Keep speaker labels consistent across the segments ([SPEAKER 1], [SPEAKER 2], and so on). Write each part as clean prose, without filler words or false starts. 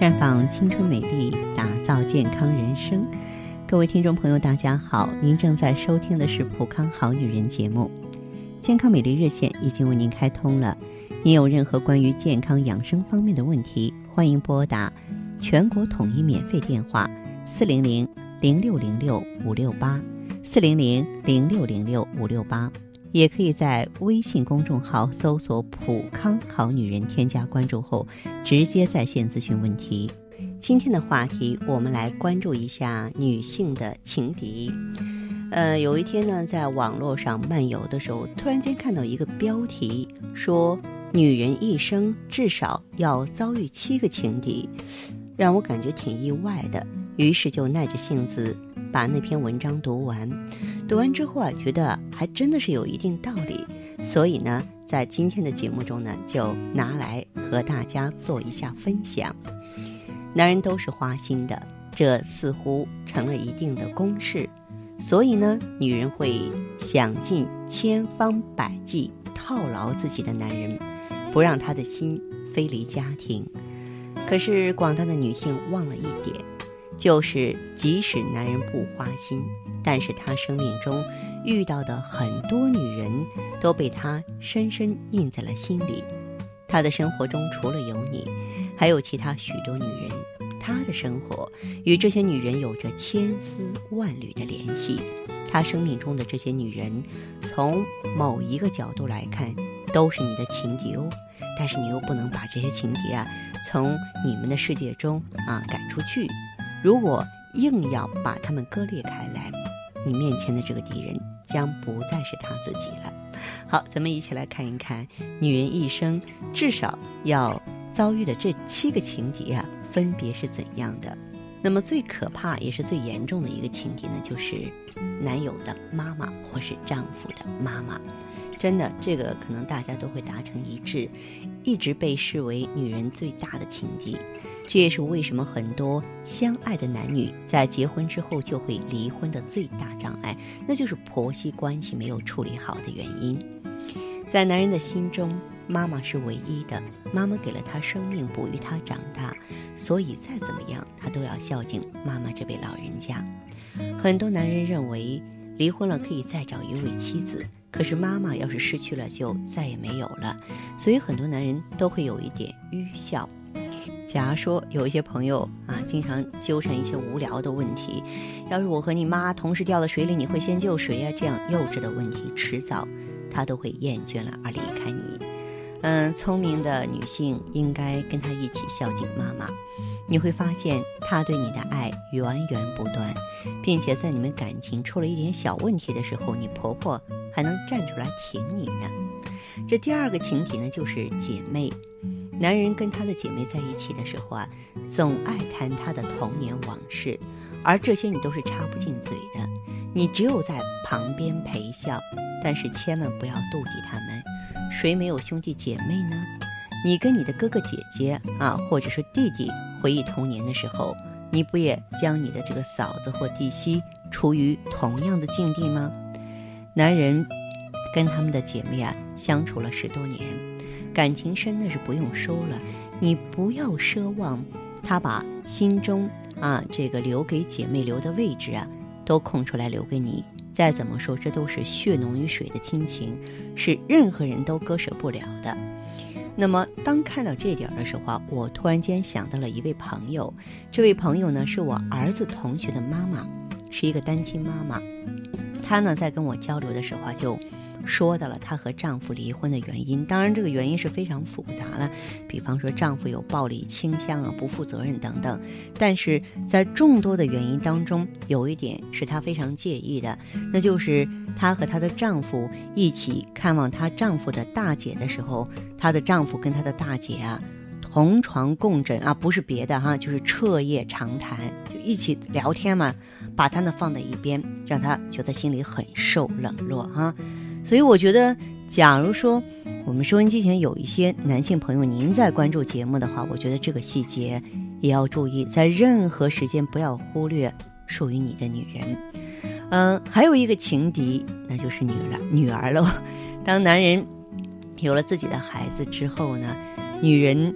[SPEAKER 1] 绽放青春美丽，打造健康人生。各位听众朋友大家好，您正在收听的是普康好女人节目。健康美丽热线已经为您开通了，您有任何关于健康养生方面的问题，欢迎拨打全国统一免费电话400-0606-568 400-0606-568，也可以在微信公众号搜索普康好女人，添加关注后直接在线咨询问题。今天的话题我们来关注一下女性的情敌。有一天呢，在网络上漫游的时候，突然间看到一个标题说女人一生至少要遭遇7个情敌，让我感觉挺意外的，于是就耐着性子把那篇文章读完。读完之后觉得还真的是有一定道理，所以呢，在今天的节目中呢，就拿来和大家做一下分享。男人都是花心的，这似乎成了一定的公式，所以呢，女人会想尽千方百计套牢自己的男人，不让他的心飞离家庭。可是广大的女性忘了一点，就是即使男人不花心，但是他生命中遇到的很多女人都被他深深印在了心里。他的生活中除了有你，还有其他许多女人，他的生活与这些女人有着千丝万缕的联系。他生命中的这些女人，从某一个角度来看，都是你的情敌哦。但是你又不能把这些情敌从你们的世界中赶出去。如果硬要把他们割裂开来，你面前的这个敌人将不再是他自己了。好，咱们一起来看一看女人一生至少要遭遇的这7个情敌分别是怎样的。那么最可怕也是最严重的一个情敌呢，就是男友的妈妈或是丈夫的妈妈。真的，这个可能大家都会达成一致，一直被视为女人最大的情敌。这也是为什么很多相爱的男女在结婚之后就会离婚的最大障碍，那就是婆媳关系没有处理好的原因。在男人的心中，妈妈是唯一的，妈妈给了他生命，哺育他长大，所以再怎么样他都要孝敬妈妈这位老人家。很多男人认为离婚了可以再找一位妻子，可是妈妈要是失去了就再也没有了，所以很多男人都会有一点愚孝。假如说有一些朋友经常纠缠一些无聊的问题，要是我和你妈同时掉到水里，你会先救谁这样幼稚的问题，迟早他都会厌倦了而离开你。聪明的女性应该跟他一起孝敬妈妈，你会发现他对你的爱源源不断，并且在你们感情出了一点小问题的时候，你婆婆还能站出来挺你呢。这第2个情敌呢，就是姐妹。男人跟他的姐妹在一起的时候总爱谈他的童年往事，而这些你都是插不进嘴的，你只有在旁边陪笑，但是千万不要妒忌他们。谁没有兄弟姐妹呢？你跟你的哥哥姐姐或者是弟弟回忆童年的时候，你不也将你的这个嫂子或弟媳处于同样的境地吗？男人跟他们的姐妹相处了10多年，感情深的是不用说了，你不要奢望他把心中这个留给姐妹留的位置都空出来留给你。再怎么说，这都是血浓于水的亲情，是任何人都割舍不了的。那么当看到这点的时候我突然间想到了一位朋友。这位朋友呢，是我儿子同学的妈妈，是一个单亲妈妈。她呢在跟我交流的时候就说到了她和丈夫离婚的原因。当然这个原因是非常复杂了，比方说丈夫有暴力倾向不负责任等等。但是在众多的原因当中，有一点是她非常介意的，那就是她和她的丈夫一起看望她丈夫的大姐的时候，她的丈夫跟她的大姐同床共枕不是别的就是彻夜长谈，就一起聊天嘛，把她呢放在一边，让她觉得心里很受冷落所以我觉得，假如说我们收音机前有一些男性朋友，您在关注节目的话，我觉得这个细节也要注意，在任何时间不要忽略属于你的女人。还有一个情敌，那就是女儿了。当男人有了自己的孩子之后呢，女人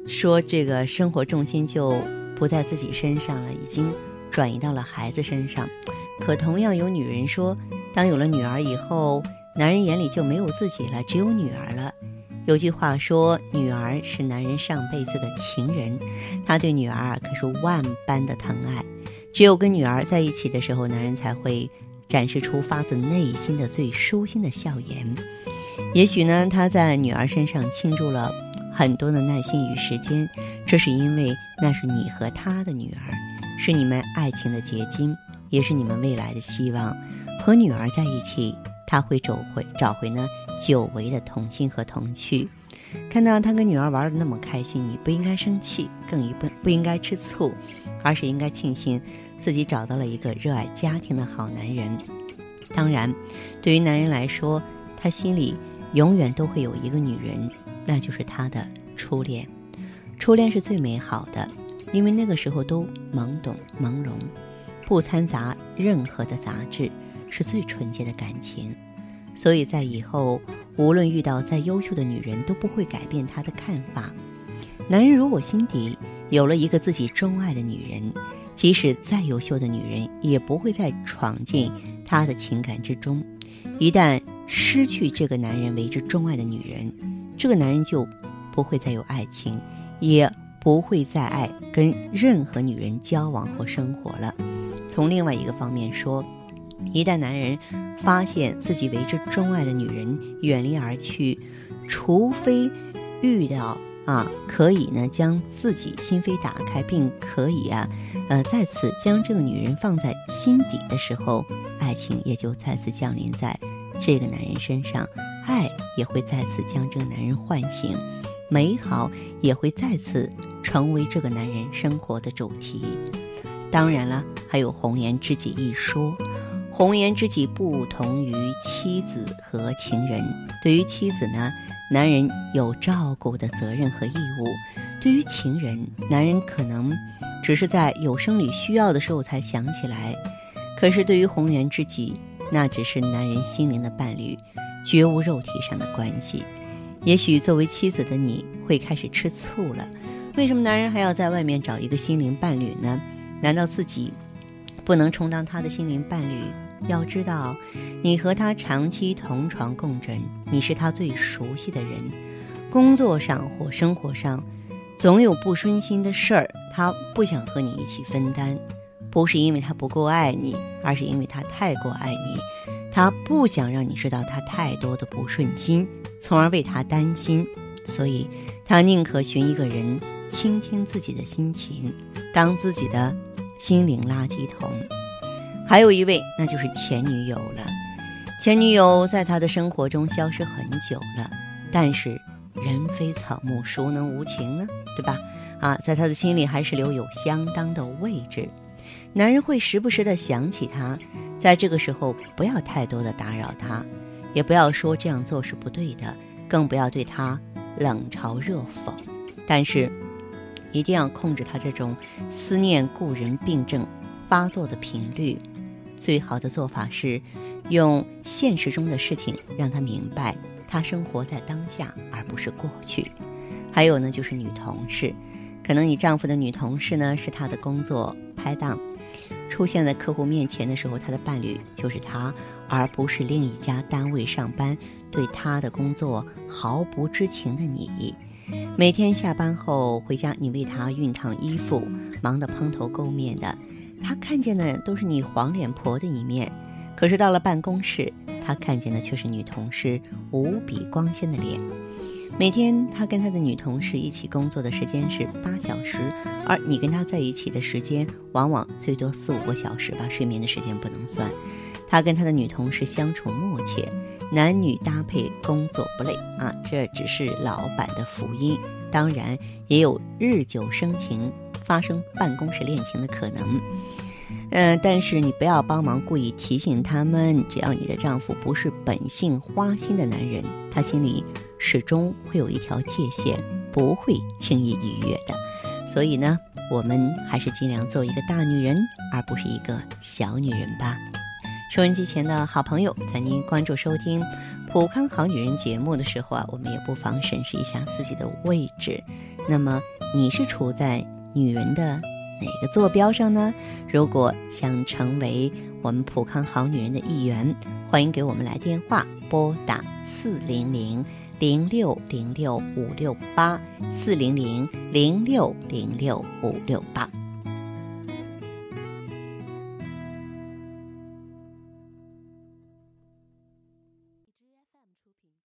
[SPEAKER 1] 说这个生活重心就不在自己身上了，已经转移到了孩子身上。可同样有女人说，当有了女儿以后，男人眼里就没有自己了，只有女儿了。有句话说，女儿是男人上辈子的情人，他对女儿可是万般的疼爱。只有跟女儿在一起的时候，男人才会展示出发自内心的最舒心的笑颜。也许呢，他在女儿身上倾注了很多的耐心与时间，这是因为那是你和他的女儿，是你们爱情的结晶，也是你们未来的希望。和女儿在一起，他会找回呢久违的童心和童趣。看到他跟女儿玩得那么开心，你不应该生气，更不应该吃醋，而是应该庆幸自己找到了一个热爱家庭的好男人。当然，对于男人来说，他心里永远都会有一个女人，那就是他的初恋。初恋是最美好的，因为那个时候都懵懂朦胧，不掺杂任何的杂质，是最纯洁的感情。所以在以后，无论遇到再优秀的女人，都不会改变他的看法。男人如果心底有了一个自己钟爱的女人，即使再优秀的女人，也不会再闯进他的情感之中。一旦失去这个男人为之钟爱的女人，这个男人就不会再有爱情，也不会再爱跟任何女人交往或生活了。从另外一个方面说，一旦男人发现自己为之钟爱的女人远离而去，除非遇到可以呢将自己心扉打开，并可以再次将这个女人放在心底的时候，爱情也就再次降临在这个男人身上，爱也会再次将这个男人唤醒，美好也会再次成为这个男人生活的主题。当然了，还有红颜知己一说。红颜知己不同于妻子和情人，对于妻子呢，男人有照顾的责任和义务；对于情人，男人可能只是在有生理需要的时候才想起来。可是对于红颜知己，那只是男人心灵的伴侣，绝无肉体上的关系。也许作为妻子的你会开始吃醋了，为什么男人还要在外面找一个心灵伴侣呢？难道自己不能充当他的心灵伴侣？要知道，你和他长期同床共枕，你是他最熟悉的人。工作上或生活上，总有不顺心的事儿，他不想和你一起分担，不是因为他不够爱你，而是因为他太过爱你。他不想让你知道他太多的不顺心，从而为他担心，所以他宁可寻一个人倾听自己的心情，当自己的心灵垃圾桶。还有一位，那就是前女友了。前女友在他的生活中消失很久了，但是人非草木，孰能无情呢？对吧？在他的心里还是留有相当的位置。男人会时不时地想起他，在这个时候不要太多的打扰他，也不要说这样做是不对的，更不要对他冷嘲热讽。但是一定要控制他这种思念故人病症发作的频率。最好的做法是用现实中的事情让他明白，他生活在当下而不是过去。还有呢，就是女同事，可能你丈夫的女同事呢是他的工作拍档，出现在客户面前的时候，他的伴侣就是他，而不是另一家单位上班对他的工作毫不知情的你。每天下班后回家，你为他熨烫衣服，忙得蓬头垢面的，他看见的都是你黄脸婆的一面，可是到了办公室，他看见的却是女同事无比光鲜的脸。每天他跟他的女同事一起工作的时间是8小时，而你跟他在一起的时间往往最多4-5个小时吧，睡眠的时间不能算。他跟他的女同事相处默契，男女搭配，工作不累这只是老板的福音。当然也有日久生情，发生办公室恋情的可能。但是你不要帮忙故意提醒他们，只要你的丈夫不是本性花心的男人，他心里始终会有一条界限，不会轻易逾越的。所以呢，我们还是尽量做一个大女人，而不是一个小女人吧。收音机前的好朋友，在您关注收听普康好女人节目的时候我们也不妨审视一下自己的位置。那么你是处在女人的哪个坐标上呢？如果想成为我们普康好女人的一员，欢迎给我们来电话，拨打400-0606-568 400-0606-568。